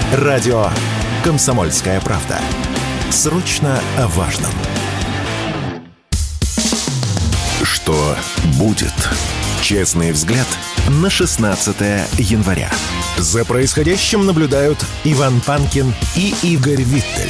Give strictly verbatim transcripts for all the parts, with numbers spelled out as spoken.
Радио «Комсомольская правда». Срочно о важном. Что будет? Честный взгляд на шестнадцатое января. За происходящим наблюдают Иван Панкин и Игорь Виттель.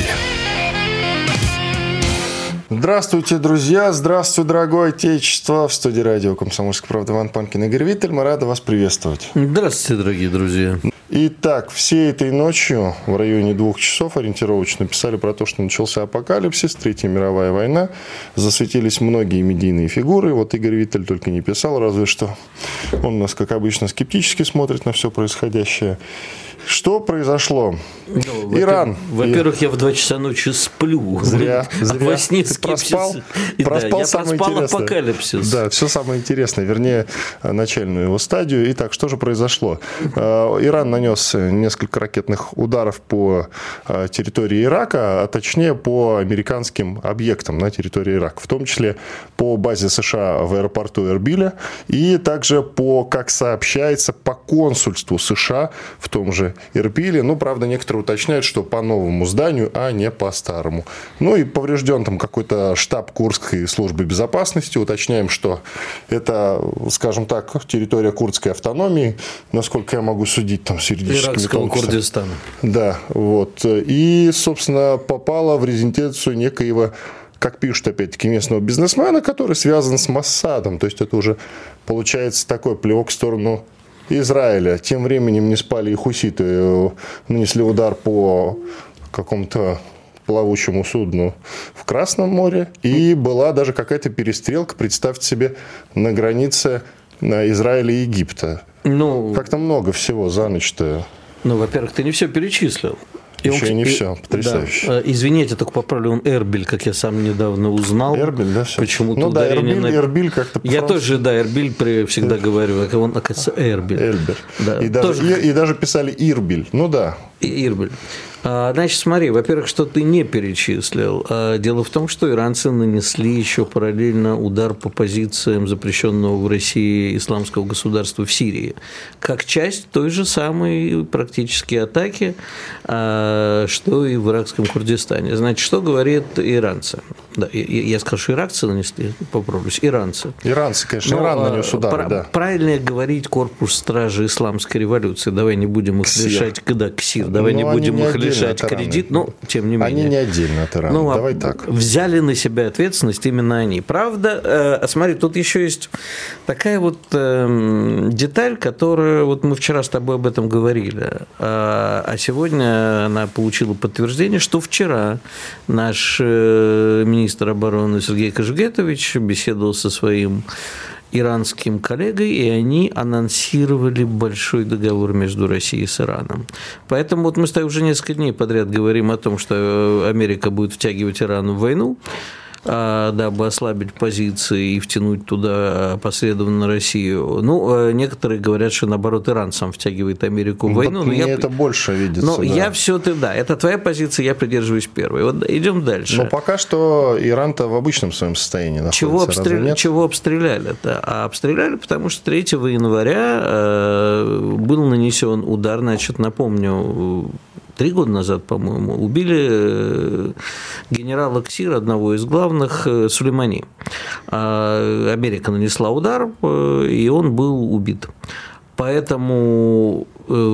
Здравствуйте, друзья! Здравствуй, дорогое отечество! В студии радио «Комсомольская правда» Иван Панкин и Игорь Виттель. Мы рады вас приветствовать. Здравствуйте, дорогие друзья! Итак, всей этой ночью в районе двух часов ориентировочно писали про то, что начался апокалипсис, Третья мировая война. Засветились многие медийные фигуры. Вот Игорь Виттель только не писал, разве что он у нас, как обычно, скептически смотрит на все происходящее. Что произошло? Ну, Иран. Во-первых, я в два часа ночи сплю. Зря. А зря. во сне Ты проспал, И, проспал да, я самое проспал интересное. апокалипсис. Да, все самое интересное, вернее, начальную его стадию. Итак, что же произошло? Иран нанес несколько ракетных ударов по территории Ирака, а точнее по американским объектам на территории Ирака, в том числе по базе США в аэропорту Эрбиля и также по, как сообщается, по консульству США в том же Эрбиле. Ну, правда, некоторые уточняют, что по новому зданию, а не по старому. Ну и поврежден там какой-то штаб Курдской службы безопасности. Уточняем, что это, скажем так, территория курдской автономии, насколько я могу судить, там с юридическими Иракского тонкостями. Курдистана. Да, вот. И, собственно, попала в резиденцию некоего, как пишут, опять-таки, местного бизнесмена, который связан с Моссадом. То есть это уже получается такой плевок в сторону Израиля. Тем временем не спали и хуситы, нанесли удар по какому-то плавучему судну в Красном море. И была даже какая-то перестрелка, представьте себе, на границе Израиля и Египта. Ну, как-то много всего за ночь-то. Ну, во-первых, ты не все перечислил. И Еще он, и не и, все, потрясающе. Да. Извините, только поправлю, он Эрбиль, как я сам недавно узнал. Эрбиль, да, все. Почему-то ну да, ударение Эрбиль, на... Эрбиль как-то Я тоже, да, Эрбиль при... всегда Эр... говорю, а он, оказывается, Эрбиль. Эрбиль. Да. И, даже, тоже... и, и даже писали Ирбиль, ну да. Ирбиль. Значит, смотри, во-первых, что ты не перечислил. Дело в том, что иранцы нанесли еще параллельно удар по позициям запрещенного в России исламского государства в Сирии, как часть той же самой практически атаки, что и в иракском Курдистане. Значит, что говорит иранцы? Да, я скажу, что иракцы нанесли, поправлюсь, иранцы. Иранцы, конечно, Но, Иран нанес удары, пр- да. Правильно говорить корпус стражи исламской революции. Давай не будем их КСИР. лишать, когда КСИР, давай Но не будем не их лишать кредит, но тем не менее. Они не отдельно от Ирана, ну, давай а так. Взяли на себя ответственность именно они. Правда, э, смотри, тут еще есть такая вот э, деталь, которая, вот мы вчера с тобой об этом говорили, а, а сегодня она получила подтверждение, что вчера наш э, министр обороны Сергей Кожугетович беседовал со своим иранским коллегой, и они анонсировали большой договор между Россией и Ираном. Поэтому вот мы с тобой уже несколько дней подряд говорим о том, что Америка будет втягивать Иран в войну, дабы ослабить позиции и втянуть туда последовательно Россию. Ну, некоторые говорят, что, наоборот, Иран сам втягивает Америку в войну. Мне я... это больше видится. Но да. я все-таки, да, это твоя позиция, я придерживаюсь первой. Вот идем дальше. Но пока что Иран-то в обычном своем состоянии находится. Чего, обстрел... Чего обстреляли-то? А обстреляли, потому что третьего января был нанесен удар, значит, напомню, Три года назад, по-моему, убили генерала КСИР, одного из главных, Сулеймани. Америка нанесла удар, и он был убит. Поэтому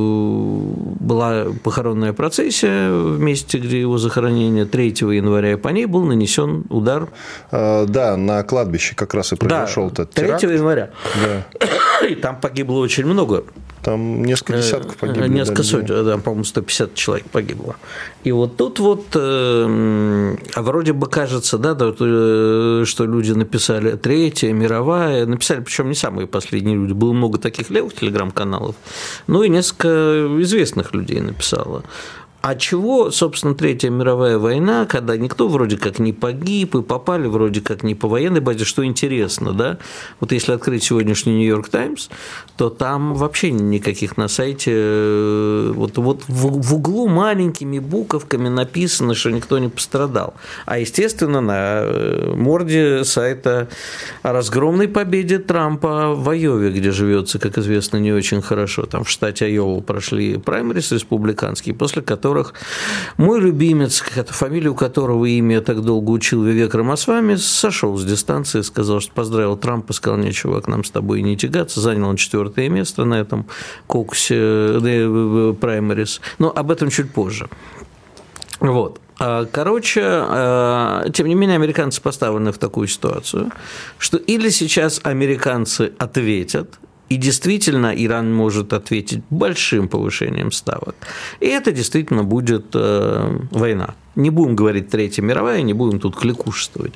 была похоронная процессия в месте, где его захоронение, третьего января, и по ней был нанесен удар. Да, на кладбище как раз и произошел да, этот теракт. третьего января. Да. И там погибло очень много. Там несколько десятков погибли. Несколько да, сотен, да, по-моему, сто пятьдесят человек погибло. И вот тут вот, э, а вроде бы кажется, да, да, что люди написали Третья мировая, написали, причем не самые последние люди, было много таких левых телеграм-каналов, ну и несколько известных людей написало. А чего, собственно, Третья мировая война, когда никто вроде как не погиб, и попали вроде как не по военной базе, что интересно, да? Вот если открыть сегодняшний «Нью-Йорк Таймс», то там вообще никаких на сайте вот то вот в, в углу маленькими буковками написано, что никто не пострадал. А, естественно, на морде сайта о разгромной победе Трампа в Айове, где живется, как известно, не очень хорошо. Там в штате Айова прошли праймерис республиканские, после которых мой любимец, фамилию которого и имя я так долго учил, Вивек Рамасвами, сошел с дистанции, сказал, что поздравил Трампа, сказал: нет, чувак, нам с тобой не тягаться. Занял он четвертое место на этом кокусе праймерис. Но об этом чуть позже. Вот. Короче, тем не менее, американцы поставлены в такую ситуацию, что или сейчас американцы ответят, и действительно Иран может ответить большим повышением ставок, и это действительно будет э, война. Не будем говорить Третья мировая, не будем тут кликушествовать.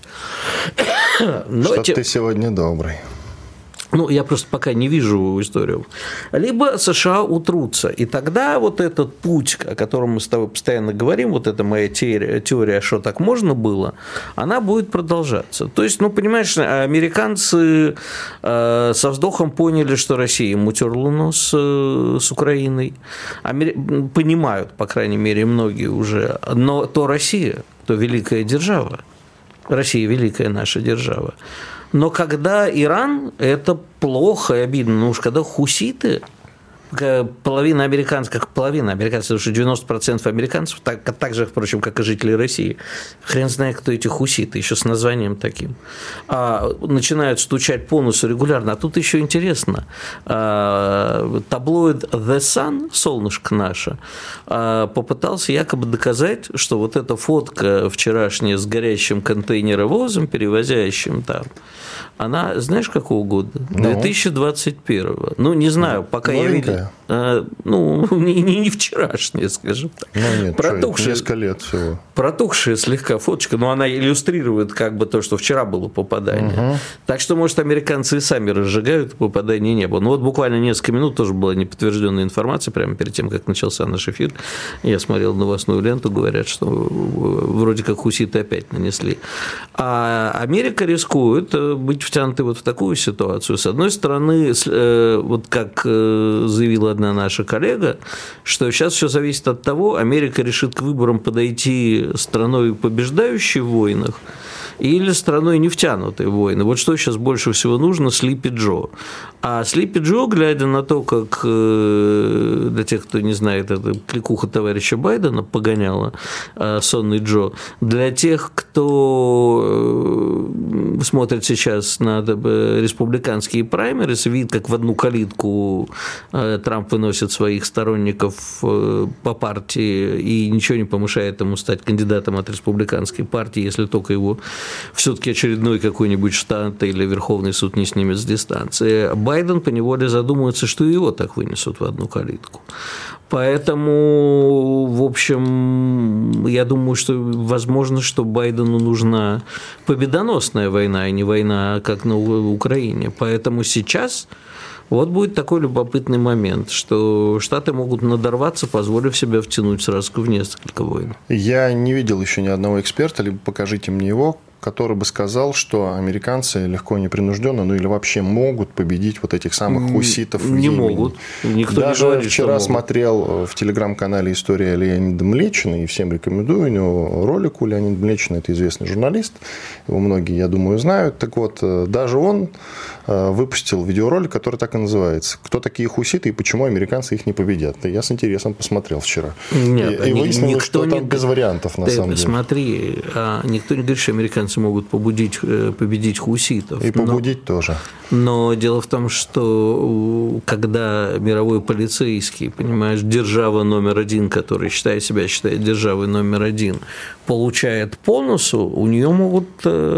Что ты сегодня добрый. Ну, я просто пока не вижу историю. Либо США утрутся, и тогда вот этот путь, о котором мы с тобой постоянно говорим, вот эта моя теория, теория, что так можно было, она будет продолжаться. То есть, ну, понимаешь, американцы э, со вздохом поняли, что Россия им утерла нос э, с Украиной. Амери... Понимают, по крайней мере, многие уже. Но то Россия, то великая держава. Россия – великая наша держава. Но когда Иран, это плохо и обидно. Ну уж когда хуситы, половина американцев, как половина американцев, потому что девяносто процентов американцев, так, так же, впрочем, как и жители России, хрен знает, кто эти хуситы, еще с названием таким, а, начинают стучать по носу регулярно. А тут еще интересно, а, таблоид The Sun, солнышко наше, а, попытался якобы доказать, что вот эта фотка вчерашняя с горящим контейнеровозом, перевозящим там, она, знаешь, какого года? две тысячи двадцать первого. Ну, не знаю, пока я видел. А, ну, не, не, не вчерашняя, скажем так. Ну, нет, протухшая, несколько лет всего. Протухшая слегка фоточка, но она иллюстрирует как бы то, что вчера было попадание. Угу. Так что, может, американцы и сами разжигают, попадания не было. Ну, вот буквально несколько минут тоже была неподтвержденная информация, прямо перед тем, как начался наш эфир. Я смотрел новостную ленту, говорят, что вроде как хуситы опять нанесли. А Америка рискует быть втянутой вот в такую ситуацию. С одной стороны, вот как заявила одна наша коллега, что сейчас все зависит от того, Америка решит к выборам подойти страной, побеждающей в войнах, или страной не втянутой в войны. Вот что сейчас больше всего нужно Слипи Джо. А Слипи Джо, глядя на то, как, для тех, кто не знает, это кликуха товарища Байдена погоняла, сонный Джо, для тех, кто смотрит сейчас на республиканские праймерис, видит, как в одну калитку Трамп выносит своих сторонников по партии и ничего не помешает ему стать кандидатом от республиканской партии, если только его все-таки очередной какой-нибудь штат или Верховный суд не снимет с дистанции. Байден поневоле задумывается, что его так вынесут в одну калитку. Поэтому, в общем, я думаю, что возможно, что Байдену нужна победоносная война, а не война, как на Украине. Поэтому сейчас вот будет такой любопытный момент, что Штаты могут надорваться, позволив себя втянуть сразу в несколько войн. Я не видел еще ни одного эксперта, либо покажите мне его, который бы сказал, что американцы легко и непринужденно, ну или вообще могут победить вот этих самых хуситов в Не Йемене. могут. Никто Даже не говорит, вчера что смотрел в телеграм-канале «История Леонида Млечина», и всем рекомендую, у него ролик у Леонида Млечина, это известный журналист, его многие, я думаю, знают. Так вот, даже он выпустил видеоролик, который так и называется «Кто такие хуситы и почему американцы их не победят?». И я с интересом посмотрел вчера. Нет, и, и выяснилось, что не... там без вариантов, на Ты самом деле. Смотри, никто не говорит, что американцы могут побудить, победить хуситов. И побудить но, тоже. Но дело в том, что когда мировой полицейский, понимаешь, держава номер один, который считает себя считает державой номер один, получает по носу, у нее могут,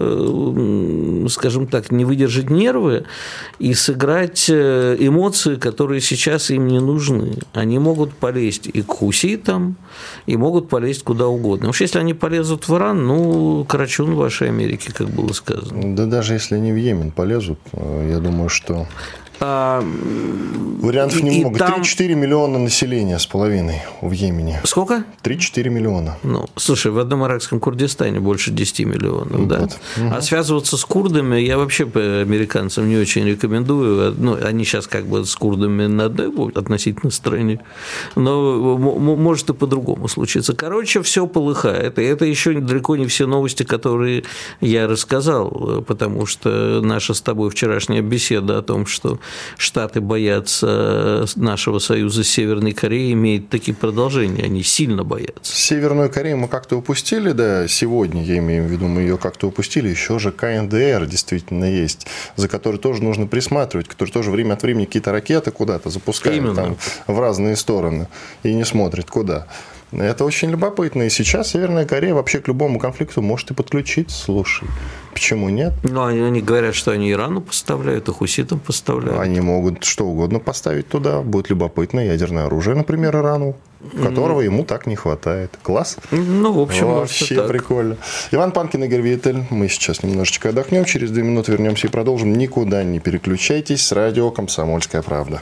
скажем так, не выдержать нервы и сыграть эмоции, которые сейчас им не нужны. Они могут полезть и к хуситам, и могут полезть куда угодно. Уж если они полезут в Иран, ну, карачун вашей Америки, как было сказано. Да даже если они в Йемен полезут, я думаю, что... А, Вариантов и, немного. и там... три-четыре миллиона населения с половиной в Йемене. Сколько? три-четыре миллиона. Ну, слушай, в одном иракском Курдистане больше десять миллионов, да? Вот. Угу. А связываться с курдами я вообще американцам не очень рекомендую. Ну, они сейчас как бы с курдами на одной относительно стороне, но может и по-другому случиться. Короче, все полыхает. И это еще далеко не все новости, которые я рассказал, потому что наша с тобой вчерашняя беседа о том, что Штаты боятся нашего союза с Северной Кореей, имеет такие продолжения. Они сильно боятся. Северную Корею мы как-то упустили, да, сегодня, я имею в виду, мы ее как-то упустили. Еще же ка эн дэ эр действительно есть, за который тоже нужно присматривать, который тоже время от времени какие-то ракеты куда-то запускает там, в разные стороны и не смотрит куда. Это очень любопытно. И сейчас Северная Корея вообще к любому конфликту может и подключиться. Слушай, почему нет? Ну, они, они говорят, что они Ирану поставляют, и хуситам поставляют. Они могут что угодно поставить туда. Будет любопытно. Ядерное оружие, например, Ирану, которого mm. ему так не хватает. Класс? Ну, в общем, вообще может, прикольно. Иван Панкин, Игорь Виттель. Мы сейчас немножечко отдохнем. Через две минуты вернемся и продолжим. Никуда не переключайтесь. С радио «Комсомольская правда».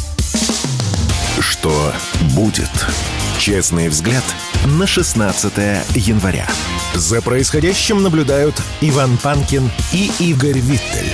Что будет? Честный взгляд на шестнадцатое января. За происходящим наблюдают Иван Панкин и Игорь Виттель.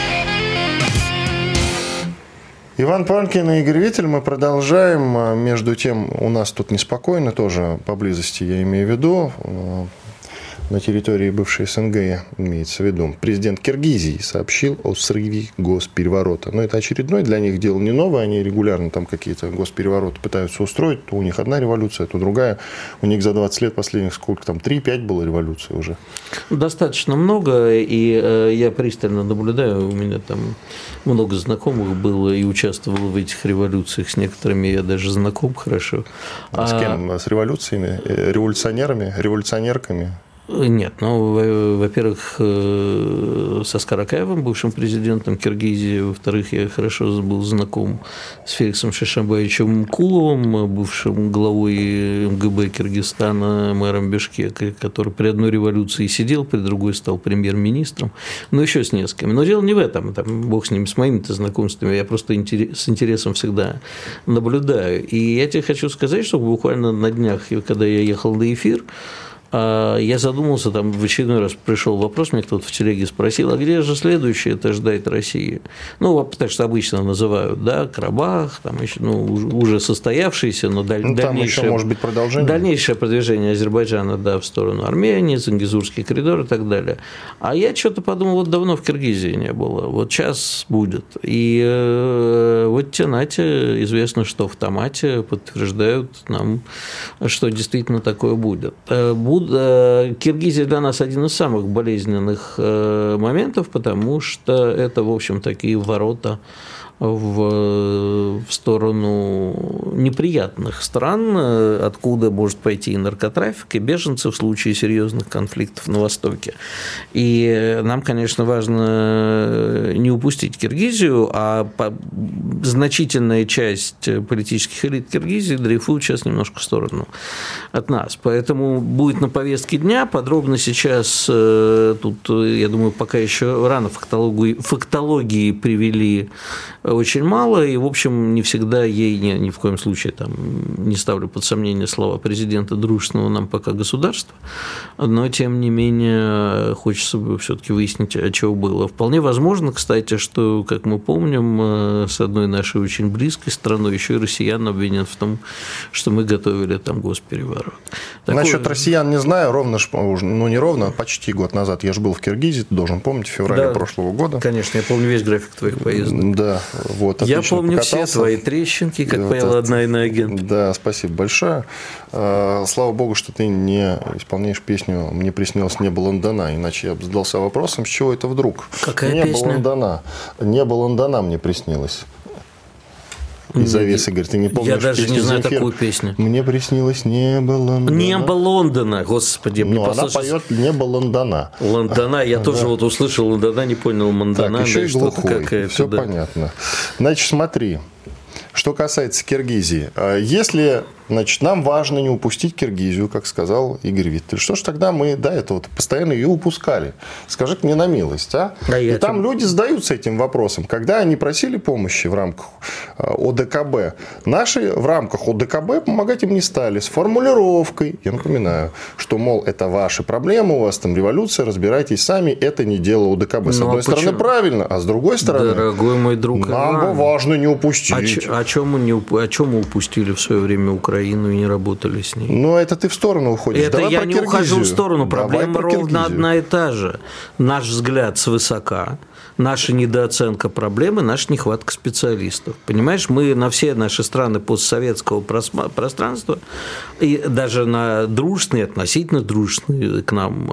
Иван Панкин и Игорь Виттель. Мы продолжаем. Между тем, у нас тут неспокойно тоже поблизости, я имею в виду. На территории бывшей эс эн гэ имеется в виду. Президент Киргизии сообщил о срыве госпереворота. Но это очередной для них дело не новое. Они регулярно там какие-то госперевороты пытаются устроить. То у них одна революция, то другая. У них за двадцать лет последних сколько там? три-пять было революций уже. Достаточно много. И э, я пристально наблюдаю. У меня там много знакомых было и участвовал в этих революциях. С некоторыми я даже знаком хорошо. А с кем? С революциями? Революционерами? Революционерками? Нет, ну, во-первых, с Аскар Акаевым, бывшим президентом Киргизии, во-вторых, я хорошо был знаком с Феликсом Шишамбаевичем Куловым, бывшим главой эм гэ бэ Киргизстана, мэром Бишкека, который при одной революции сидел, при другой стал премьер-министром, но еще с несколькими. Но дело не в этом, там, бог с ними, с моими-то знакомствами, я просто с интересом всегда наблюдаю. И я тебе хочу сказать, что буквально на днях, когда я ехал на эфир, я задумался, там в очередной раз пришел вопрос, мне кто-то в телеге спросил, а где же следующее это ждать России? Ну, потому что обычно называют, да, Карабах, там еще, ну, уже состоявшийся, но даль... ну, дальнейшее, может быть, продолжение. Дальнейшее продвижение Азербайджана, да, в сторону Армении, Зангезурский коридор и так далее. А я что-то подумал, вот давно в Киргизии не было, вот сейчас будет. И э, вот те нате, известно, что в Томате подтверждают нам, что действительно такое будет. Будут Киргизия для нас один из самых болезненных моментов, потому что это, в общем, такие ворота в, в сторону неприятных стран, откуда может пойти и наркотрафик, и беженцы в случае серьезных конфликтов на Востоке. И нам, конечно, важно не упустить Киргизию, а значительная часть политических элит Киргизии дрейфует сейчас немножко в сторону от нас. Поэтому будет на повестке дня. Подробно сейчас тут, я думаю, пока еще рано фактологии, фактологии привели очень мало, и, в общем, не всегда ей, ни, ни в коем случае там, не ставлю под сомнение слова президента дружественного нам пока государства, но, тем не менее, хочется все-таки выяснить, о чем было. Вполне возможно, кстати, что, как мы помним, с одной нашей очень близкой страной еще и россиян обвинят в том, что мы готовили там госпереворот. Такое... Насчет россиян не знаю, ровно, ну не ровно, почти год назад я же был в Киргизии, ты должен помнить, в феврале да, прошлого года. Конечно, я помню весь график твоих поездок. Да, вот, я помню покатался. Все твои трещинки, как поела одна иноагент. Да, спасибо большое. Слава богу, что ты не исполняешь песню «Мне приснилось небо Лондона», иначе я бы задался вопросом, с чего это вдруг. Какая небо песня? Лондона. Небо Лондона мне приснилось. И завесы, говорит, ты не помнишь? Я даже не знаю такую песню. Мне приснилось небо Лондона. Небо Лондона, господи. Ну, она поет «Небо Лондона». Лондона, я тоже вот услышал Лондона, не понял Мондона. Так, еще и глухой, все понятно. Значит, смотри. Что касается Киргизии, если Значит, нам важно не упустить Киргизию, как сказал Игорь Виттель. Что ж тогда мы до этого постоянно ее упускали? Скажи мне на милость, а? а И там тебе... люди задаются этим вопросом. Когда они просили помощи в рамках О Дэ Ка Бэ, наши в рамках О Дэ Ка Бэ помогать им не стали. С формулировкой, я напоминаю, что, мол, это ваши проблемы, у вас там революция, разбирайтесь сами, это не дело О Дэ Ка Бэ. С ну, одной а стороны, почему? Правильно, а с другой стороны, дорогой мой друг, нам бы важно не упустить. А, ч- а чем мы не уп- а чем мы упустили в свое время Украину? Украину и не работали с ней. Ну, это ты в сторону уходишь. Это Давай я не Киргизию. ухожу в сторону. Давай Проблема ровно одна и та же. Наш взгляд свысока, наша недооценка проблемы, наша нехватка специалистов. Понимаешь, мы на все наши страны постсоветского пространства, и даже на дружественные, относительно дружественные к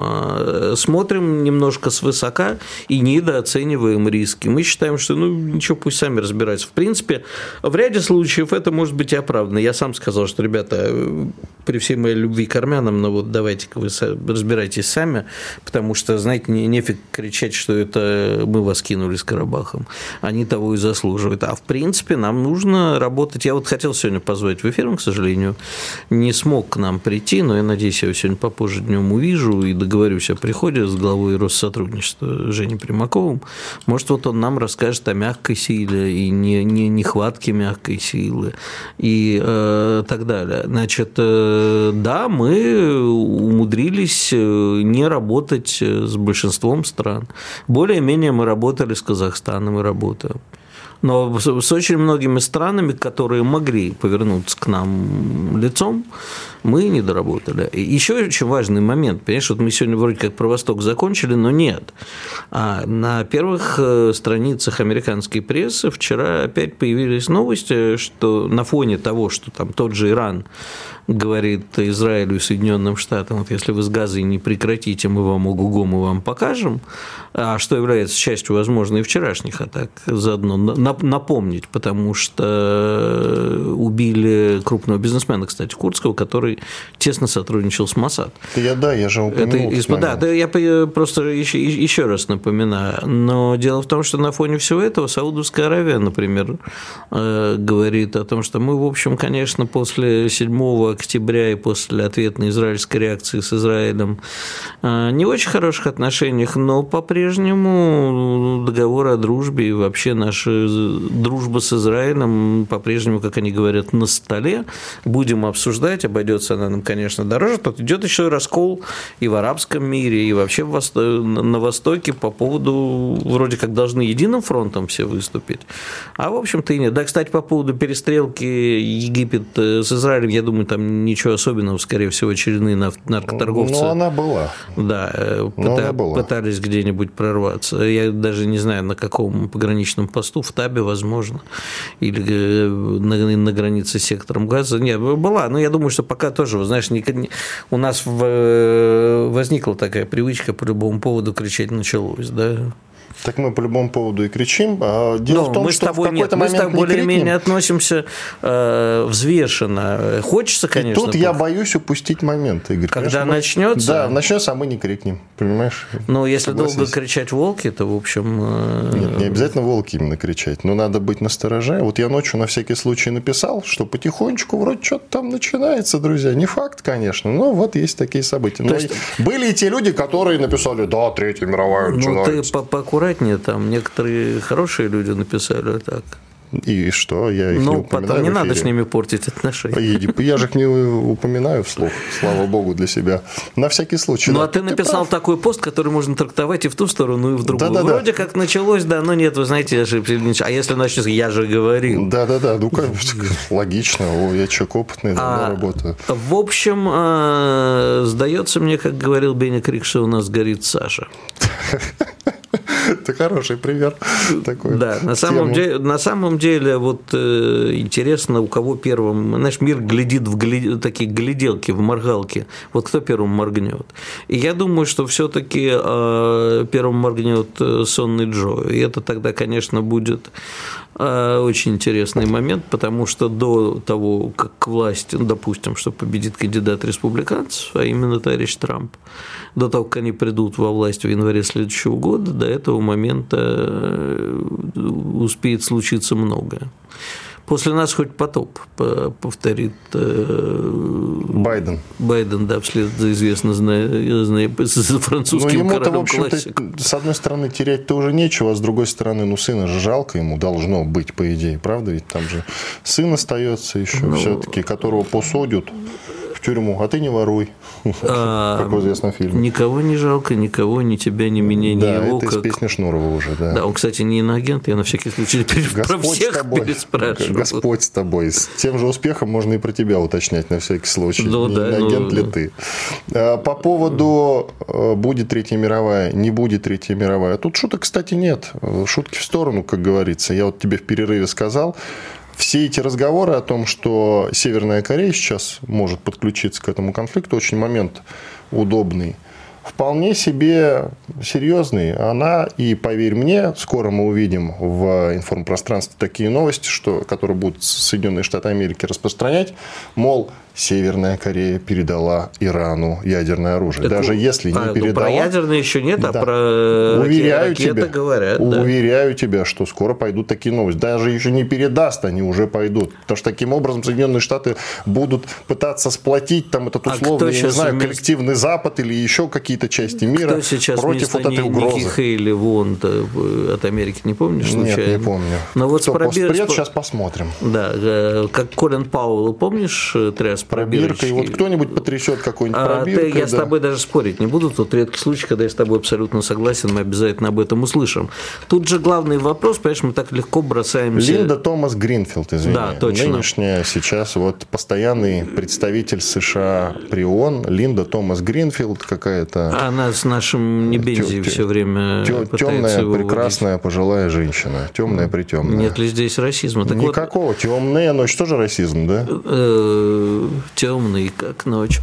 нам, смотрим немножко свысока и недооцениваем риски. Мы считаем, что ну ничего, пусть сами разбираются. В принципе, в ряде случаев это может быть и оправдано. Я сам сказал, что, ребята, при всей моей любви к армянам, но вот давайте-ка вы разбирайтесь сами, потому что, знаете, нефиг кричать, что это мы вас кинули с Карабахом. Они того и заслуживают. А в принципе нам нужно работать. Я вот хотел сегодня позвать в эфир, он, к сожалению, не смог к нам прийти, но я надеюсь, я его сегодня попозже днем увижу и договорюсь о приходе с главой Россотрудничества Женей Примаковым. Может, вот он нам расскажет о мягкой силе и не, не, нехватке мягкой силы и э, так далее. Значит, э, да, мы умудрились не работать с большинством стран. Более-менее мы работали с Казахстаном и работаем. Но с очень многими странами, которые могли повернуться к нам лицом, мы не доработали. И еще очень важный момент. Понимаешь, вот мы сегодня вроде как про Восток закончили, но нет. А на первых страницах американской прессы вчера опять появились новости, что на фоне того, что там тот же Иран говорит Израилю и Соединенным Штатам, вот если вы с Газой не прекратите, мы вам ого-го, мы вам покажем, а что является частью, возможно, и вчерашних атак, заодно напомнить, потому что убили крупного бизнесмена, кстати, курдского, который тесно сотрудничал с Моссад. Я, да, я же упомянул. Это, да, да, я просто еще, еще раз напоминаю. Но дело в том, что на фоне всего этого Саудовская Аравия, например, говорит о том, что мы, в общем, конечно, после седьмого октября и после ответной израильской реакции с Израилем не в очень хороших отношениях, но по-прежнему договор о дружбе и вообще наша дружба с Израилем по-прежнему, как они говорят, на столе. Будем обсуждать, обойдется она нам, конечно, дороже. Тут идет еще и раскол и в арабском мире, и вообще на Востоке по поводу, вроде как должны единым фронтом все выступить. А в общем-то и нет. Да, кстати, по поводу перестрелки Египет с Израилем, я думаю, там ничего особенного, скорее всего, очередные наркоторговцы. Ну, она была. Да, пыта- была. Пытались где-нибудь прорваться. Я даже не знаю, на каком пограничном посту, в Табе, возможно, или на, на границе с сектором Газа. Нет, была, но я думаю, что пока тоже, вы знаешь, не, не, у нас в, возникла такая привычка по любому поводу кричать началось, да. Так мы по любому поводу и кричим. А дело Но в том, мы что с тобой, в какой-то нет, момент мы с тобой более-менее крикнем. относимся э, взвешенно. Хочется, конечно. И тут я боюсь упустить момент, Игорь. Когда конечно, начнется? Да, начнется, а мы не крикнем. Понимаешь? Ну, если Согласись. долго кричать волки, то, в общем... Э... Нет, не обязательно волки именно кричать. Но надо быть настороже. Вот я ночью на всякий случай написал, что потихонечку вроде что-то там начинается, друзья. Не факт, конечно, но вот есть такие события. Но есть... Были и те люди, которые написали, да, Третья мировая начинается. Ну, ты по поаккуратнее там. Некоторые хорошие люди написали так. И что? Я их ну, не упоминаю. Потом не в эфире. Надо с ними портить отношения. Я же их не упоминаю вслух, слава богу, для себя. На всякий случай. Ну, да. а ты написал ты такой пост, который можно трактовать и в ту сторону, и в другую. Да-да-да. Вроде как началось, да, но нет, вы знаете, я ошибся. А если начнется, я же говорил. Да-да-да, ну как, логично. О, я человек опытный, давно а, работаю. В общем, э, сдается мне, как говорил Беня Крик, что у нас горит Саша. Это хороший пример такой. Да, на самом, деле, на самом деле, вот э, интересно, у кого первым, знаешь, мир глядит в глед... такие гляделки, в моргалки. Вот кто первым моргнет. И я думаю, что все-таки э, первым моргнет сонный Джо. И это тогда, конечно, будет э, очень интересный момент, потому что до того, как к власти, ну, допустим, что победит кандидат республиканцев, а именно товарищ Трамп, до того, как они придут во власть в январе следующего года, до этого момента успеет случиться многое. После нас хоть потоп, повторит Байден. Байден, да, вслед за известно зная, зная, за французским королем классиком. С одной стороны, терять-то уже нечего, а с другой стороны, ну, сына же жалко ему должно быть, по идее, правда? Ведь там же сын остается еще, ну, все-таки, которого посадят в тюрьму, а ты не воруй, а, как в известном фильме. Никого не жалко, никого, ни тебя, ни меня, ни да, его. Это как... из песни Шнурова уже, да. Да, он, кстати, не иноагент, я на всякий случай про всех переспрашиваю. Господь с тобой. С тем же успехом можно и про тебя уточнять на всякий случай. Ну, не да, иноагент ну... ли ты. По поводу будет Третья мировая, не будет Третья мировая. Тут шуток, кстати, нет. Шутки в сторону, как говорится. Я вот тебе в перерыве сказал. Все эти разговоры о том, что Северная Корея сейчас может подключиться к этому конфликту, очень момент удобный, вполне себе серьезный. Она, и поверь мне, скоро мы увидим в информпространстве такие новости, что, которые будут Соединенные Штаты Америки распространять, мол, Северная Корея передала Ирану ядерное оружие. Так, даже если а, не передала... Ну, про ядерное еще нет, а да. про уверяю ракеты тебя, говорят. Уверяю да. тебя, что скоро пойдут такие новости. Даже еще не передаст, они уже пойдут. Потому что таким образом Соединенные Штаты будут пытаться сплотить там этот условный, а я не знаю, вместо... коллективный Запад или еще какие-то части мира кто сейчас против вот этой угрозы. Никки Хейли вон от Америки, не помнишь случайно? Нет, не помню. Но вот кто пробир... постпред, сейчас посмотрим. Да, как Колин Пауэлл, помнишь, тряс пробиркой. Вот кто-нибудь потрясет какой-нибудь пробиркой. А, ты, я да. с тобой даже спорить не буду. Тут редкий случай, когда я с тобой абсолютно согласен, мы обязательно об этом услышим. Тут же главный вопрос, понимаешь, мы так легко бросаемся... Линда Томас Гринфилд, извини. Да, точно. Нынешняя сейчас вот постоянный представитель США при ООН, Линда Томас Гринфилд какая-то... Она с нашим Небензи все время тё, пытается темная, его прекрасная, выводить. Пожилая женщина. Темная, притемная. Нет ли здесь расизма? Так никакого. Вот... Темная ночь тоже расизм, да? Темный, как ночь.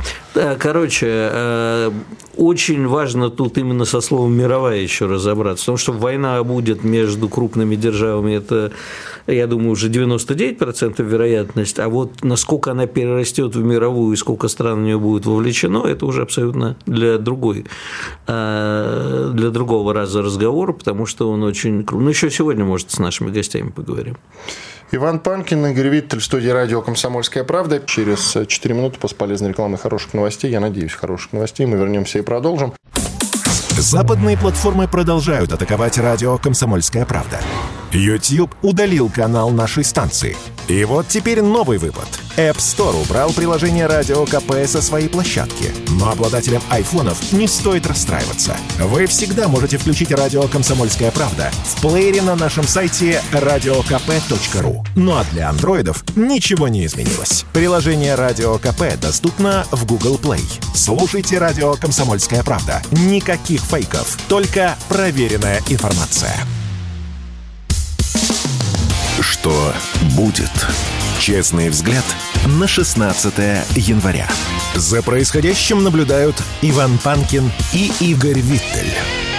Короче, очень важно тут именно со словом «мировая» еще разобраться. Потому что война будет между крупными державами, это, я думаю, уже девяносто девять процентов вероятность. А вот насколько она перерастет в мировую и сколько стран в нее будет вовлечено, это уже абсолютно для другой, для другого раза разговор, потому что он очень крупный. Ну, еще сегодня, может, с нашими гостями поговорим. Иван Панкин, Игорь Виттель, в студии радио «Комсомольская правда». Через четыре минуты после полезной рекламы и хороших новостей, я надеюсь, хороших новостей, мы вернемся и продолжим. Западные платформы продолжают атаковать радио «Комсомольская правда». YouTube удалил канал нашей станции. И вот теперь новый выпад. App Store убрал приложение Радио КП со своей площадки. Но обладателям айфонов не стоит расстраиваться. Вы всегда можете включить радио «Комсомольская правда» в плеере на нашем сайте радио ка пэ точка ру. Ну а для андроидов ничего не изменилось. Приложение Радио КП доступно в Google Play. Слушайте радио «Комсомольская правда». Никаких фейков, только проверенная информация. Что будет? Честный взгляд на шестнадцатое января. За происходящим наблюдают Иван Панкин и Игорь Виттель.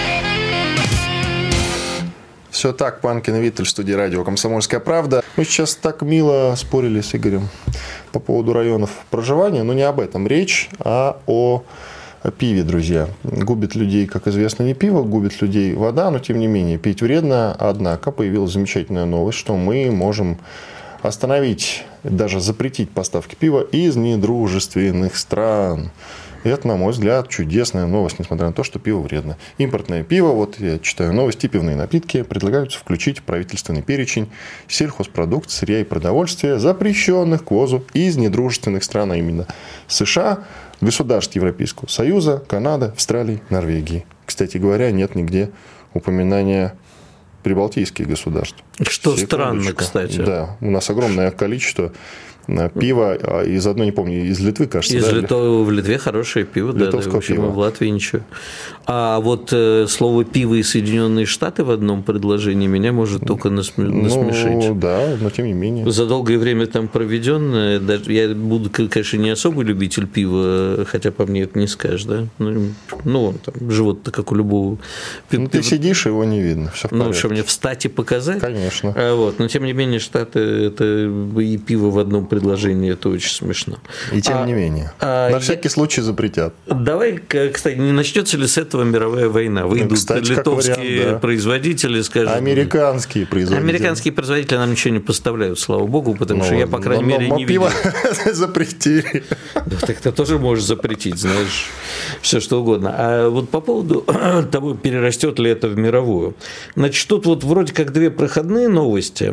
Все так, Панкин и Виттель, в студии радио «Комсомольская правда». Мы сейчас так мило спорили с Игорем по поводу районов проживания, но не об этом речь, а о пиве, друзья. Губит людей, как известно, не пиво, губит людей вода, но тем не менее пить вредно. Однако появилась замечательная новость, что мы можем остановить, даже запретить поставки пива из недружественных стран. И это, на мой взгляд, чудесная новость, несмотря на то, что пиво вредно. Импортное пиво, вот я читаю новости, пивные напитки предлагаются включить в правительственный перечень сельхозпродукт, сырья и продовольствия, запрещенных к ввозу из недружественных стран, а именно США, государств Европейского Союза, Канады, Австралии, Норвегии. Кстати говоря, нет нигде упоминания прибалтийских государств. Что странно, кстати. Да, у нас огромное количество пива из одной, не помню, из Литвы, кажется. Из да? Литвы, в Литве хорошее пиво, да, да, в общем, пива. В Латвии ничего. А вот э, слово «пиво» и Соединенные Штаты в одном предложении меня может только насм... насмешить. Ну, да, но тем не менее. За долгое время там проведенное, даже я буду, конечно, не особый любитель пива, хотя по мне это не скажешь, да? Ну, ну там, живот-то как у любого. Ну, ты сидишь, его не видно, все в порядке. Ну, что, мне встать и показать? Конечно. А, вот. Но, тем не менее, Штаты – это и пиво в одном предложении предложение, это очень смешно. И тем а, не менее. А, На я... всякий случай запретят. Давай, кстати, не начнется ли с этого мировая война? Выйдут ну, кстати, литовские вариант, да. производители, скажут... Американские производители. Американские производители нам ничего не поставляют, слава богу, потому ну, что я, по крайней но, мере, но, не видел. запретили. Да, так ты тоже можешь запретить, знаешь, все что угодно. А вот по поводу того, перерастет ли это в мировую. Значит, тут вот вроде как две проходные новости.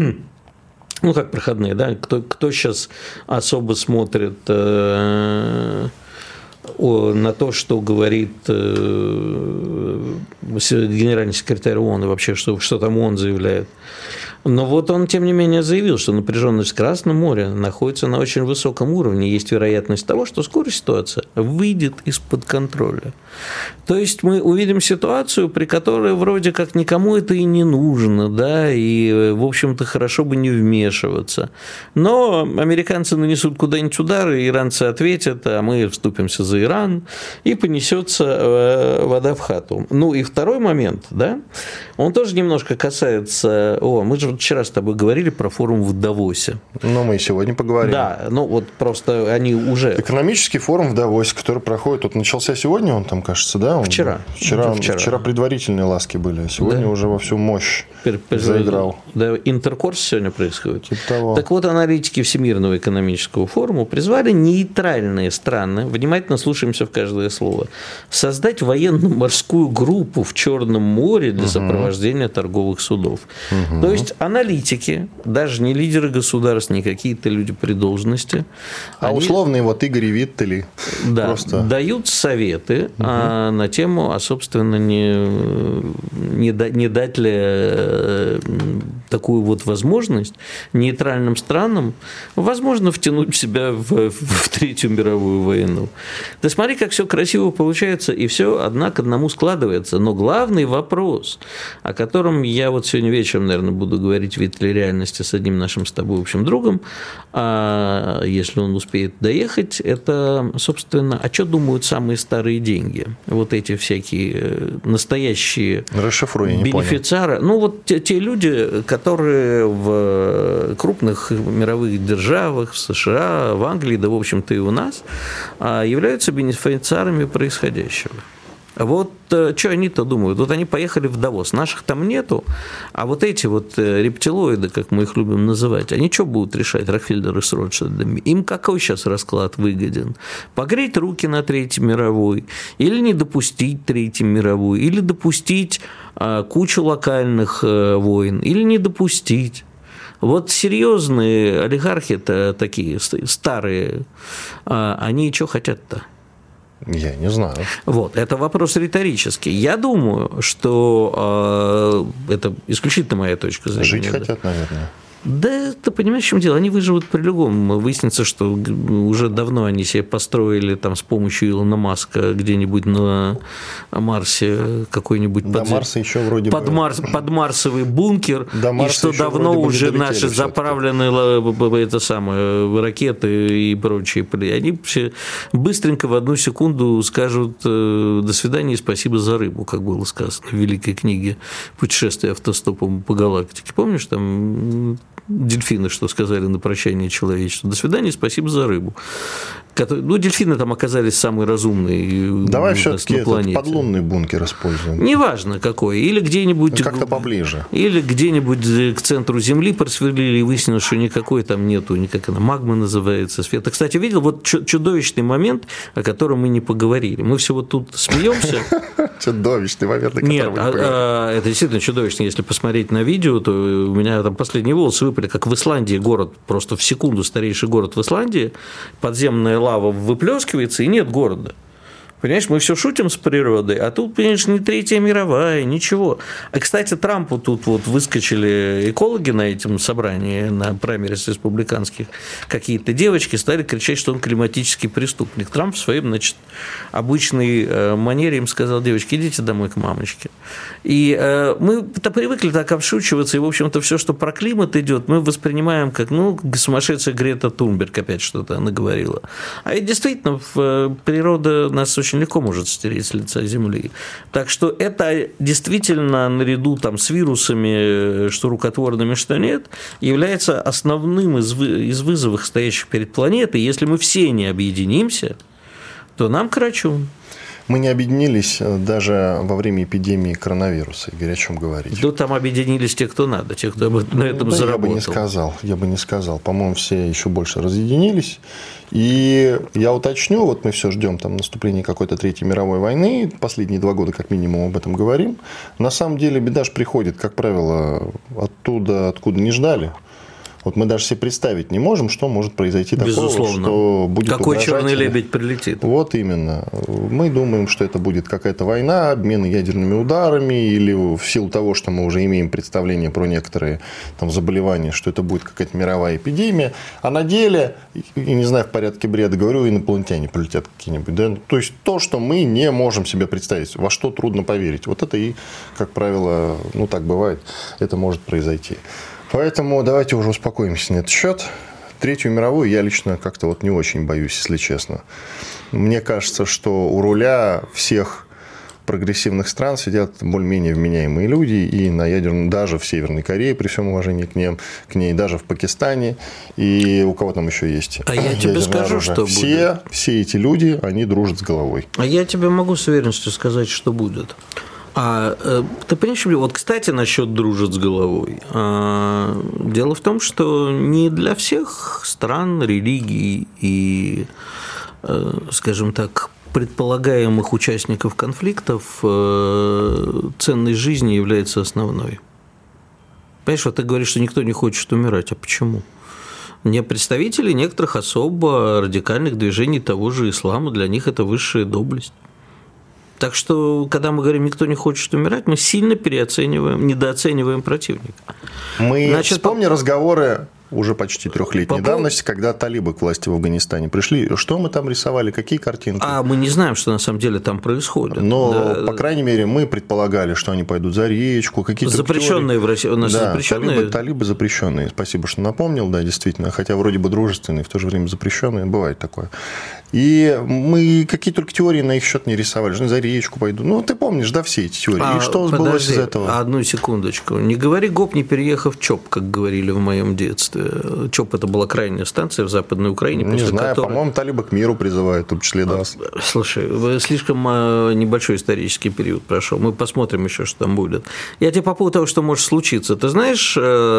Ну, как проходные, да? Кто, кто сейчас особо смотрит э, о, на то, что говорит э, генеральный секретарь ООН, и вообще, что, что там ООН заявляет. Но вот он, тем не менее, заявил, что напряженность в Красном море находится на очень высоком уровне. Есть вероятность того, что скоро ситуация выйдет из-под контроля. То есть мы увидим ситуацию, при которой вроде как никому это и не нужно, да, и, в общем-то, хорошо бы не вмешиваться. Но американцы нанесут куда-нибудь удары, иранцы ответят, а мы вступимся за Иран, и понесется вода в хату. Ну и второй момент, да, он тоже немножко касается... О, мы же вчера с тобой говорили про форум в Давосе. Ну, мы и сегодня поговорим. Да, ну вот просто они уже... Экономический форум в Давосе, который проходит, вот начался сегодня, он там, кажется, да? Он, вчера. Вчера, вчера. Вчера предварительные ласки были, а сегодня да. уже во всю мощь заиграл. Да, интеркурс сегодня происходит. Типа того. Так вот, аналитики Всемирного экономического форума призвали нейтральные страны, внимательно слушаемся в каждое слово, создать военно-морскую группу в Черном море для угу. сопровождения торговых судов. Угу. То есть аналитики, даже не лидеры государств, не какие-то люди при должности. А они, условные вот Игорь и Виттели. Да, просто... дают советы угу. а, на тему, а, собственно, не, не, не дать ли такую вот возможность нейтральным странам, возможно, втянуть себя в, в Третью мировую войну. Ты смотри, как все красиво получается, и все, одна к одному складывается. Но главный вопрос, о котором я вот сегодня вечером, наверное, буду говорить в «Виттеле реальности» с одним нашим с тобой общим другом, а если он успеет доехать, это, собственно, а что думают самые старые деньги? Вот эти всякие настоящие Расшифруй, бенефициары. Ну, вот те, те люди, которые в крупных мировых державах, в США, в Англии, да, в общем-то, и у нас, являются бенефициарами происходящего. Вот что они-то думают? Вот они поехали в Давос, наших там нету, а вот эти вот рептилоиды, как мы их любим называть, они что будут решать, Рокфеллеры с Ротшильдами? Им какой сейчас расклад выгоден? Погреть руки на Третьей мировой, или не допустить Третьей мировой, или допустить кучу локальных войн, или не допустить? Вот серьезные олигархи-то такие старые, они что хотят-то? Я не знаю. Вот, это вопрос риторический. Я думаю, что э, это исключительно моя точка зрения. Жить хотят, наверное. Да, ты понимаешь, в чем дело? Они выживут при любом. Выяснится, что уже давно они себе построили там, с помощью Илона Маска где-нибудь на Марсе какой-нибудь До под... Марса еще вроде под бы... Марс... подмарсовый бункер, До и что давно уже наши заправленные это самое, ракеты и прочие. Они быстренько в одну секунду скажут «до свидания и спасибо за рыбу», как было сказано в великой книге «Путешествие автостопом по галактике». Помнишь, там дельфины, что сказали на прощание человечеству? До свидания, спасибо за рыбу. Ну, дельфины там оказались самые разумные. Давай все-таки этот подлунный бункер используем. Неважно какой. Или где-нибудь... Как-то поближе. Или где-нибудь к центру Земли просверлили и выяснилось, что никакой там нету, никак она, магма называется, света. Кстати, видел вот чудовищный момент, о котором мы не поговорили. Мы все вот тут смеемся. Чудовищный момент, о котором Нет, это действительно чудовищно. Если посмотреть на видео, то у меня там последние волосы выпали, как в Исландии город, просто в секунду старейший город в Исландии, подземная лава выплескивается, и нет города. Понимаешь, мы все шутим с природой, а тут, понимаешь, не Третья мировая, ничего. А, кстати, Трампу тут вот выскочили экологи на этом собрании, на праймерис республиканских, какие-то девочки стали кричать, что он климатический преступник. Трамп в своей, значит, обычной манере им сказал: девочки, идите домой к мамочке. И мы-то привыкли так обшучиваться, и, в общем-то, все, что про климат идет, мы воспринимаем как, ну, сумасшедшая Грета Тунберг опять что-то она говорила. А ведь действительно, природа нас очень очень легко может стереть с лица земли. Так что это действительно наряду там, с вирусами, что рукотворными, что нет, является основным из, из вызовов, стоящих перед планетой. Если мы все не объединимся, то нам карачун. Мы не объединились даже во время эпидемии коронавируса, Игорь, о чем говорить? Да, там объединились те, кто надо, те, кто на этом да, заработал. Я бы не сказал, я бы не сказал. По-моему, все еще больше разъединились. И я уточню, вот мы все ждем там наступления какой-то Третьей мировой войны, последние два года как минимум об этом говорим. На самом деле беда же приходит, как правило, оттуда, откуда не ждали. Вот мы даже себе представить не можем, что может произойти такого, Безусловно. Что будет Какой угрожать. черный лебедь прилетит. Вот именно. Мы думаем, что это будет какая-то война, обмен ядерными ударами, или в силу того, что мы уже имеем представление про некоторые там, заболевания, что это будет какая-то мировая эпидемия. А на деле, и не знаю, в порядке бреда говорю, инопланетяне полетят какие-нибудь. Да? То есть то, что мы не можем себе представить, во что трудно поверить. Вот это и, как правило, ну так бывает, это может произойти. Поэтому давайте уже успокоимся на этот счет. Третью мировую я лично как-то вот не очень боюсь, если честно. Мне кажется, что у руля всех прогрессивных стран сидят более-менее вменяемые люди, и на ядерном, даже в Северной Корее, при всем уважении к ним, к ней, даже в Пакистане, и у кого там еще есть. А я тебе скажу, оружие. что все, будет. Все эти люди, они дружат с головой. А я тебе могу с уверенностью сказать, что будет. А, ты понимаешь, вот, кстати, насчет дружит с головой. А, дело в том, что не для всех стран, религий и, скажем так, предполагаемых участников конфликтов ценность жизни является основной. Понимаешь, вот ты говоришь, что никто не хочет умирать. А почему? Не представители некоторых особо радикальных движений того же ислама, для них это высшая доблесть. Так что, когда мы говорим, никто не хочет умирать, мы сильно переоцениваем, недооцениваем противника. Мы Значит, вспомни по... разговоры уже почти трехлетней по... давности, когда талибы к власти в Афганистане пришли. Что мы там рисовали, какие картинки? А мы не знаем, что на самом деле там происходит. Но, да. по крайней мере, мы предполагали, что они пойдут за речку, какие-то запрещенные в России. У нас да, запрещенные. Талибы, талибы запрещенные. Спасибо, что напомнил, да, действительно. Хотя вроде бы дружественные, в то же время запрещенные. Бывает такое. И мы какие только теории на их счет не рисовали. Что за речку пойду. Ну, ты помнишь, да, все эти теории. А, и что сбылось подожди, из этого? Одну секундочку. Не говори гоп, не переехав ЧОП, как говорили в моем детстве. ЧОП – это была крайняя станция в Западной Украине. Не знаю, которой... по-моему, талибы к миру призывают, в том числе ДАС. Слушай, слишком небольшой исторический период прошел. Мы посмотрим еще, что там будет. Я тебе по поводу того, что может случиться. Ты знаешь,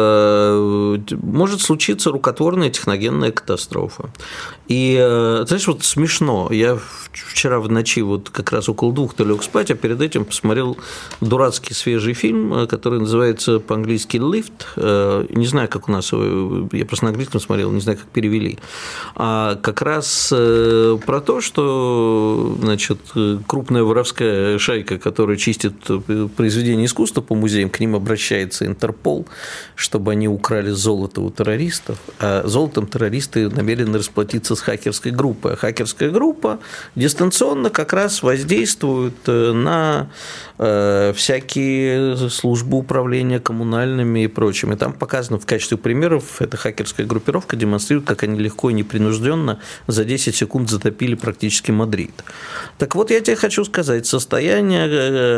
может случиться рукотворная техногенная катастрофа. И, знаешь, вот смешно. Я вчера в ночи вот как раз около двух-то лег спать, а перед этим посмотрел дурацкий свежий фильм, который называется по-английски «Lift». Не знаю, как у нас, я просто на английском смотрел, не знаю, как перевели. А как раз про то, что, значит, крупная воровская шайка, которая чистит произведения искусства по музеям, к ним обращается Интерпол, чтобы они украли золото у террористов, а золотом террористы намерены расплатиться с хакерской группой. А хакерская группа дистанционно как раз воздействует на всякие службы управления коммунальными и прочими. Там показано в качестве примеров, эта хакерская группировка демонстрирует, как они легко и непринужденно за десять секунд затопили практически Мадрид. Так вот, я тебе хочу сказать, состояние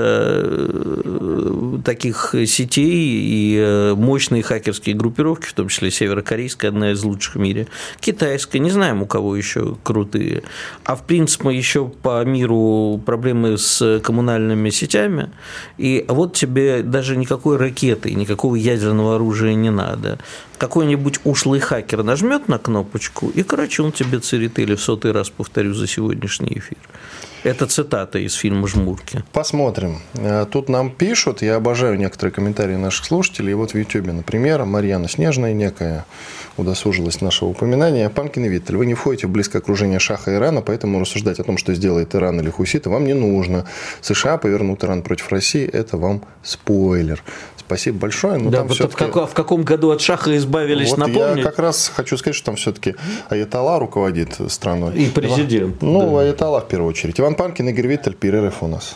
таких сетей и мощные хакерские группировки, в том числе северокорейская, одна из лучших в мире, китайская, не знаем, у кого еще крутые, а в принципе еще по миру проблемы с коммунальными сетями, и вот тебе даже никакой ракеты, никакого ядерного оружия не надо. Какой-нибудь ушлый хакер нажмет на кнопочку, и, короче, он тебе церетели в сотый раз повторю за сегодняшний эфир. Это цитата из фильма «Жмурки». Посмотрим. Тут нам пишут, я обожаю некоторые комментарии наших слушателей. Вот в Ютьюбе, например, Марьяна Снежная некая удосужилась нашего упоминания. Панкин и Виттель, вы не входите в близкое окружение Шаха Ирана, поэтому рассуждать о том, что сделает Иран или хуситы, вам не нужно. США повернут Иран против России, это вам спойлер. Спасибо большое. Но да, там вот все-таки... в, в каком году от Шаха избавились, вот напомни? Я как раз хочу сказать, что там все-таки Аятолла руководит страной. И президент. Ну, да. Аятолла в первую очередь. Иван Панкин, Игорь Виттель, перерыв у нас.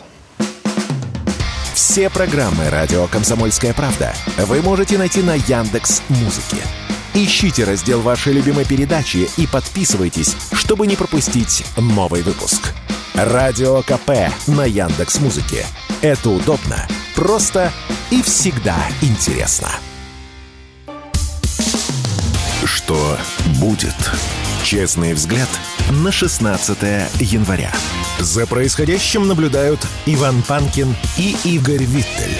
Все программы «Радио Комсомольская правда» вы можете найти на Яндекс.Музыке. Ищите раздел вашей любимой передачи и подписывайтесь, чтобы не пропустить новый выпуск. Радио КП на Яндекс.Музыке. Это удобно, просто и всегда интересно. Что будет? Честный взгляд на шестнадцатое января. За происходящим наблюдают Иван Панкин и Игорь Виттель.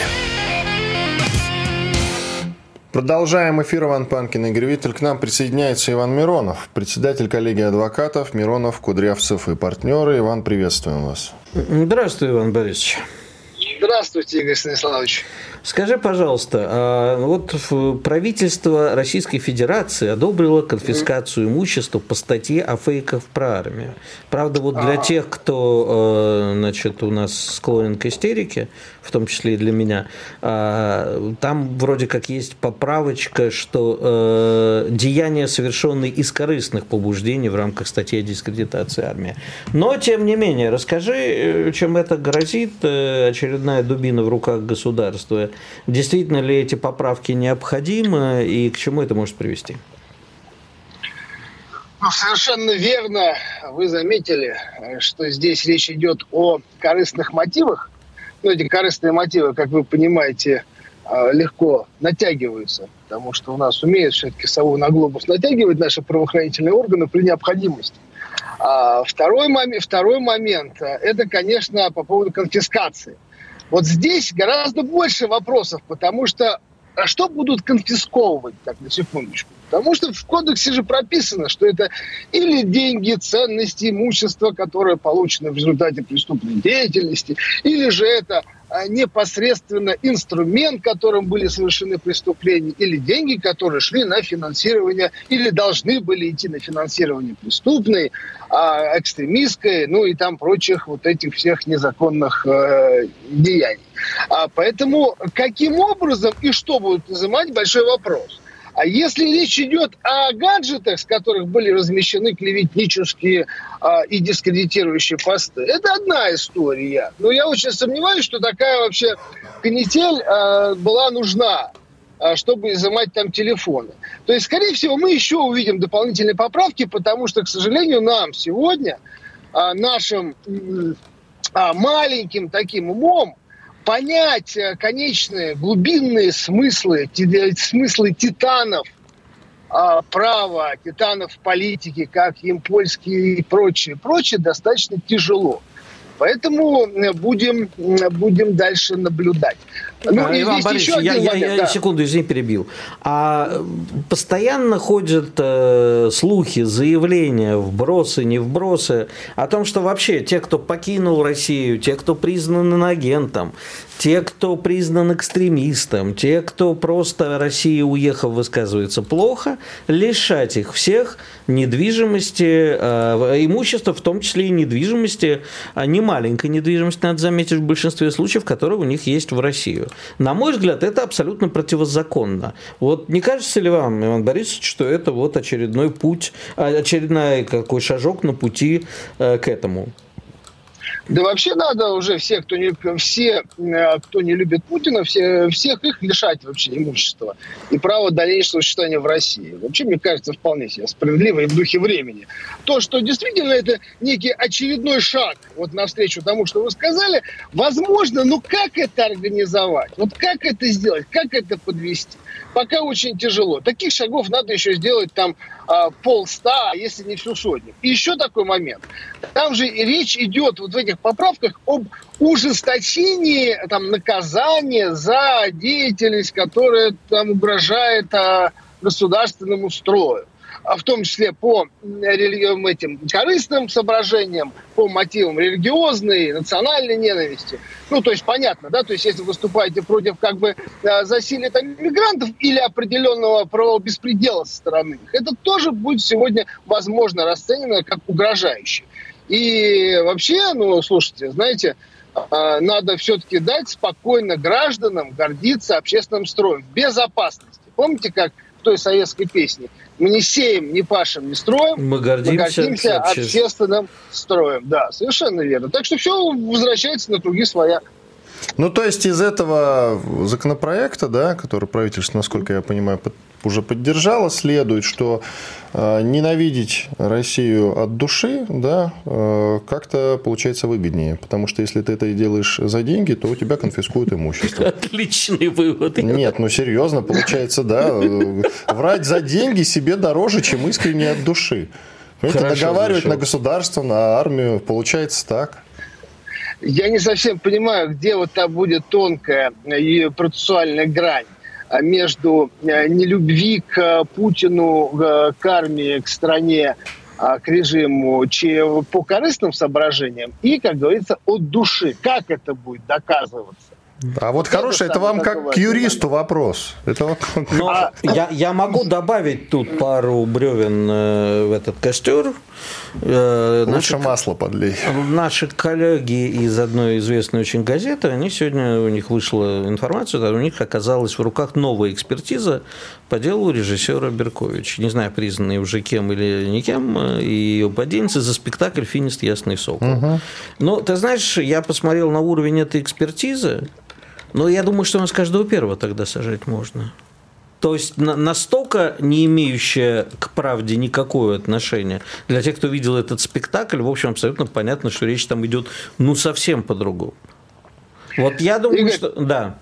Продолжаем эфир. Иван Панкин, Игорь Виттель. К нам присоединяется Иван Миронов, председатель коллегии адвокатов Миронов, Кудрявцев и партнеры. Иван, приветствуем вас. Здравствуй, Иван Борисович. Здравствуйте, Игорь Станиславович. Скажи, пожалуйста, вот правительство Российской Федерации одобрило конфискацию имущества по статье о фейках про армию. Правда, вот для тех, кто, значит, у нас склонен к истерике, в том числе и для меня, там вроде как есть поправочка, что деяния, совершенные из корыстных побуждений в рамках статьи о дискредитации армии. Но, тем не менее, расскажи, чем это грозит, очередная дубина в руках государства. Действительно ли эти поправки необходимы и к чему это может привести? Ну, совершенно верно вы заметили, что здесь речь идет о корыстных мотивах. Ну, эти корыстные мотивы, как вы понимаете, легко натягиваются, потому что у нас умеют все-таки сову на глобус натягивать наши правоохранительные органы при необходимости. А второй момент, второй момент – это, конечно, по поводу конфискации. Вот здесь гораздо больше вопросов, потому что а что будут конфисковывать, так, на секундочку? Потому что в кодексе же прописано, что это или деньги, ценности, имущество, которое получено в результате преступной деятельности, или же это а, непосредственно инструмент, которым были совершены преступления, или деньги, которые шли на финансирование, или должны были идти на финансирование преступной, а, экстремистской, ну и там прочих вот этих всех незаконных э, деяний. А, поэтому каким образом и что будут изымать, большой вопрос. А если речь идет о гаджетах, с которых были размещены клеветнические а, и дискредитирующие посты, это одна история. Но я очень сомневаюсь, что такая вообще канитель а, была нужна, а, чтобы изымать там телефоны. То есть, скорее всего, мы еще увидим дополнительные поправки, потому что, к сожалению, нам сегодня, а, нашим а, маленьким таким умом, понять конечные глубинные смыслы, смыслы титанов а, права, титанов политики, как Ямпольский и прочее, прочее, достаточно тяжело. Поэтому будем, будем дальше наблюдать. Ну, а, Иван Борисович, я, я, я да. секунду, извини, перебил. А постоянно ходят э, слухи, заявления, вбросы, не вбросы, о том, что вообще те, кто покинул Россию, те, кто признан иноагентом, те, кто признан экстремистом, те, кто просто России уехав, высказывается плохо, лишать их всех недвижимости, э, имущества, в том числе и недвижимости, а не маленькой недвижимости, надо заметить, в большинстве случаев, которые у них есть в Россию. На мой взгляд, это абсолютно противозаконно. Вот не кажется ли вам, Иван Борисович, что это вот очередной путь, очередной какой шажок на пути э, к этому? Да вообще надо уже все, кто не, все, кто не любит Путина, все, всех их лишать вообще имущества и права дальнейшего существования в России. Вообще, мне кажется, вполне себе справедливо и в духе времени. То, что действительно это некий очередной шаг вот навстречу тому, что вы сказали, возможно, но как это организовать? Вот как это сделать? Как это подвести? Пока очень тяжело. Таких шагов надо еще сделать там полста, если не всю сотню. И еще такой момент. Там же речь идет вот в этих поправках об ужесточении там, наказания за деятельность, которая там угрожает а, государственному строю. В том числе по этим корыстным соображениям, по мотивам религиозной, национальной ненависти. Ну, то есть, понятно, да, то есть, если выступаете против как бы засилия там мигрантов или определенного правобеспредела со стороны их, это тоже будет сегодня, возможно, расценено как угрожающее. И вообще, ну, слушайте, знаете, надо все-таки дать спокойно гражданам гордиться общественным строем в безопасности. Помните, как в той советской песне? Мы не сеем, не пашем, не строим. Мы гордимся, мы гордимся общественным строем. Да, совершенно верно. Так что все возвращается на круги своя. Ну, то есть из этого законопроекта, да, который правительство, насколько я понимаю, уже поддержало, следует, что э, ненавидеть Россию от души, да, э, как-то получается выгоднее. Потому что если ты это делаешь за деньги, то у тебя конфискуют имущество. Отличный вывод. Нет, ну серьезно, получается, да. Врать за деньги себе дороже, чем искренне от души. Это договаривать зашел. На государство, на армию, получается так. Я не совсем понимаю, где вот та будет тонкая и процессуальная грань между нелюбви к Путину, к армии, к стране, к режиму по корыстным соображениям и, как говорится, от души. Как это будет доказываться? А вот это хороший, это вам как к юристу вопрос. Это... Но а, я, я могу добавить тут пару бревен в этот костер. Лучше наши, масло подлей. Наши коллеги из одной известной очень газеты, они сегодня, у них вышла информация, у них оказалась в руках новая экспертиза по делу режиссера Берковича. Не знаю, признанный уже кем или никем, и подельницы за спектакль «Финист Ясный Сокол». Угу. Но, ты знаешь, я посмотрел на уровень этой экспертизы, но я думаю, что у нас каждого первого тогда сажать можно. То есть настолько не имеющая к правде никакое отношение. Для тех, кто видел этот спектакль, в общем, абсолютно понятно, что речь там идет ну совсем по-другому. Вот я думаю, Игорь, что... Да.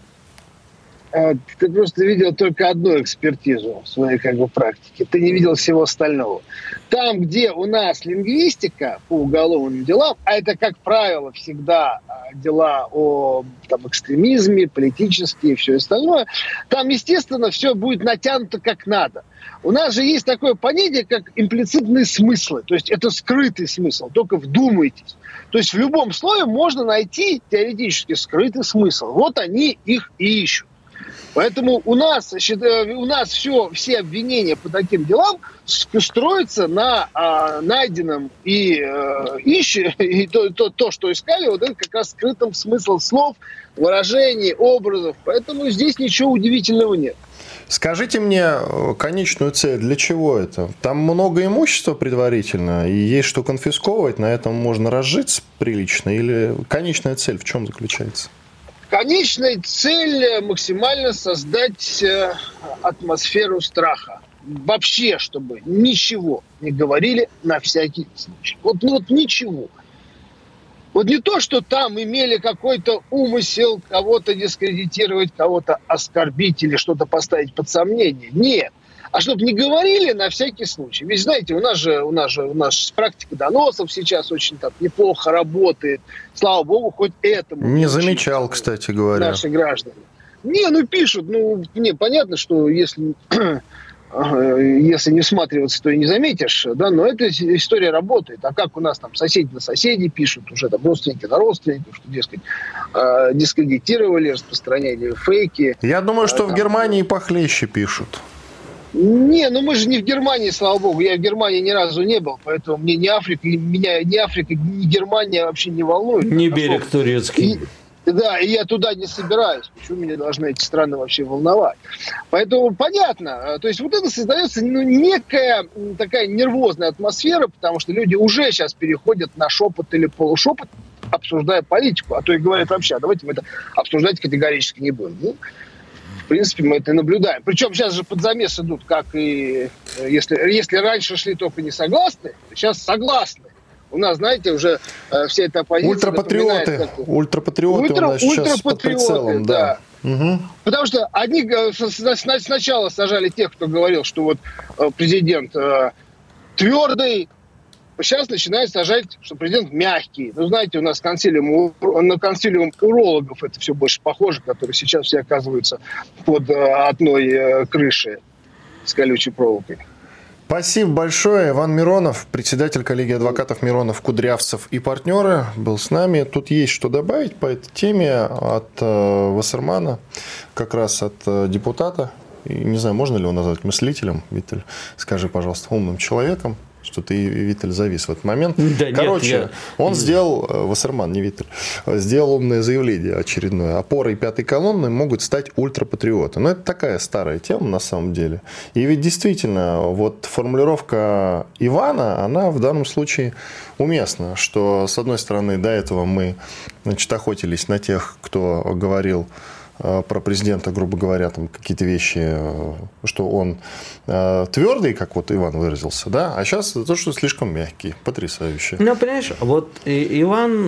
Ты просто видел только одну экспертизу в своей как бы практике. Ты не видел всего остального. Там, где у нас лингвистика по уголовным делам, а это, как правило, всегда дела о там, экстремизме, политические и все остальное, там, естественно, все будет натянуто как надо. У нас же есть такое понятие, как имплицитные смыслы. То есть это скрытый смысл, только вдумайтесь. То есть в любом слове можно найти теоретически скрытый смысл. Вот они их и ищут. Поэтому у нас, у нас все, все обвинения по таким делам строятся на а, найденном и, а, ищи, и то, то, то, что искали, вот это как раз скрытым смыслом слов, выражений, образов. Поэтому здесь ничего удивительного нет. Скажите мне конечную цель, для чего это? Там много имущества предварительно, и есть что конфисковывать, на этом можно разжиться прилично, или конечная цель в чем заключается? Конечная цель – максимально создать атмосферу страха. Вообще, чтобы ничего не говорили на всякий случай. Вот, ну, вот ничего. Вот не то, что там имели какой-то умысел кого-то дискредитировать, кого-то оскорбить или что-то поставить под сомнение. Нет. А чтобы не говорили на всякий случай. Ведь, знаете, у нас же, у нас же, у нас практика доносов сейчас очень так неплохо работает. Слава богу, хоть этому. Не замечал, кстати говоря. Наши граждане. Не, ну пишут. Ну, мне понятно, что если, если не всматриваться, то и не заметишь. Да, но эта история работает. А как у нас там соседи на соседей пишут, уже там родственники на родственников, что, дескать, дискредитировали, распространяли фейки. Я думаю, что а, в там... Германии похлеще пишут. Не, ну мы же не в Германии, слава богу. Я в Германии ни разу не был, поэтому мне ни Африка, меня ни Африка, ни Германия вообще не волнует. Не берег турецкий. И, да, и я туда не собираюсь. Почему меня должны эти страны вообще волновать? Поэтому понятно. То есть вот это создается ну, некая такая нервозная атмосфера, потому что люди уже сейчас переходят на шепот или полушепот, обсуждая политику. А то и говорят вообще, а давайте мы это обсуждать категорически не будем. Ну, в принципе, мы это наблюдаем. Причем сейчас же под замес идут, как и... Если, если раньше шли только не согласны, то сейчас согласны. У нас, знаете, уже э, вся эта оппозиция... Ультрапатриоты. Как... Ультрапатриоты Ультра, у нас сейчас под прицелом. Да. Да. Угу. Потому что одни сначала сажали тех, кто говорил, что вот президент э, твердый, сейчас начинают сажать, что президент мягкий. Ну, знаете, у нас консилиум, на консилиум урологов это все больше похоже, которые сейчас все оказываются под одной крышей с колючей проволокой. Спасибо большое. Иван Миронов, председатель коллегии адвокатов Миронов, Кудрявцев и партнеры, был с нами. Тут есть что добавить по этой теме от Вассермана, как раз от депутата. И не знаю, можно ли его назвать мыслителем, Виталий, скажи, пожалуйста, умным человеком. что-то и Виттель завис в этот момент. Да Короче, нет, я... он сделал, Вассерман, не Виттель, сделал умное заявление очередное. Опорой пятой колонны могут стать ультрапатриоты. Но это такая старая тема на самом деле. И ведь действительно, вот формулировка Ивана, она в данном случае уместна, что, с одной стороны, до этого мы, значит, охотились на тех, кто говорил про президента, грубо говоря, там какие-то вещи, что он э, твердый, как вот Иван выразился, да, а сейчас то, что слишком мягкий, потрясающе. Ну, понимаешь, вот Иван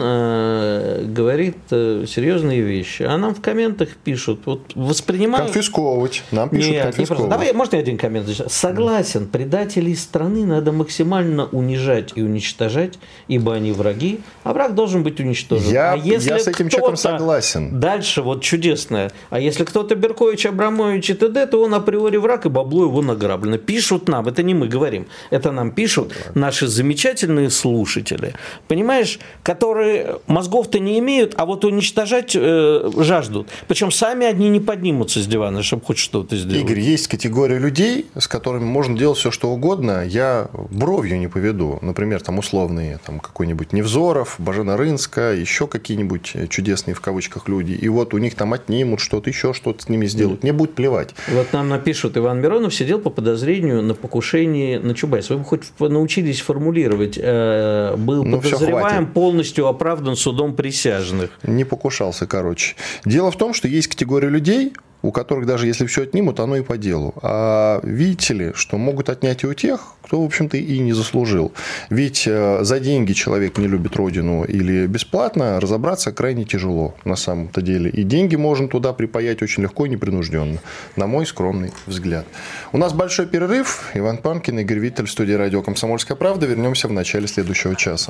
э, говорит э, серьезные вещи, а нам в комментах пишут, вот воспринимают... Конфисковывать, нам пишут Нет, конфисковывать. Давай, может, я один коммент? Согласен, предателей страны надо максимально унижать и уничтожать, ибо они враги, а враг должен быть уничтожен. Я, а если я с этим человеком согласен. Дальше, вот чудесно. А если кто-то Беркович, Абрамович и т.д., то он априори враг, и бабло его награблено. Пишут нам, это не мы говорим, это нам пишут наши замечательные слушатели, понимаешь, которые мозгов-то не имеют, а вот уничтожать э, жаждут. Причем сами одни не поднимутся с дивана, чтобы хоть что-то сделать. Игорь, есть категория людей, с которыми можно делать все, что угодно. Я бровью не поведу. Например, там условные, там какой-нибудь Невзоров, Бажена Рынска, еще какие-нибудь чудесные в кавычках люди. И вот у них там отнимут что-то, еще что-то с ними сделают. Мне будет плевать. Вот нам напишут, Иван Миронов сидел по подозрению на покушении на Чубайса. Вы бы хоть научились формулировать, э, был ну, подозреваем, полностью оправдан судом присяжных. Не покушался, короче. Дело в том, что есть категория людей, у которых даже если все отнимут, оно и по делу. А видите ли, что могут отнять и у тех, кто, в общем-то, и не заслужил. Ведь за деньги человек не любит родину или бесплатно, разобраться крайне тяжело на самом-то деле. И деньги можно туда припаять очень легко и непринужденно, на мой скромный взгляд. У нас большой перерыв. Иван Панкин, Игорь Виттель в студии радио «Комсомольская правда». Вернемся в начале следующего часа.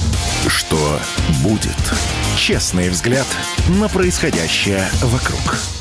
Что будет? Честный взгляд на происходящее вокруг.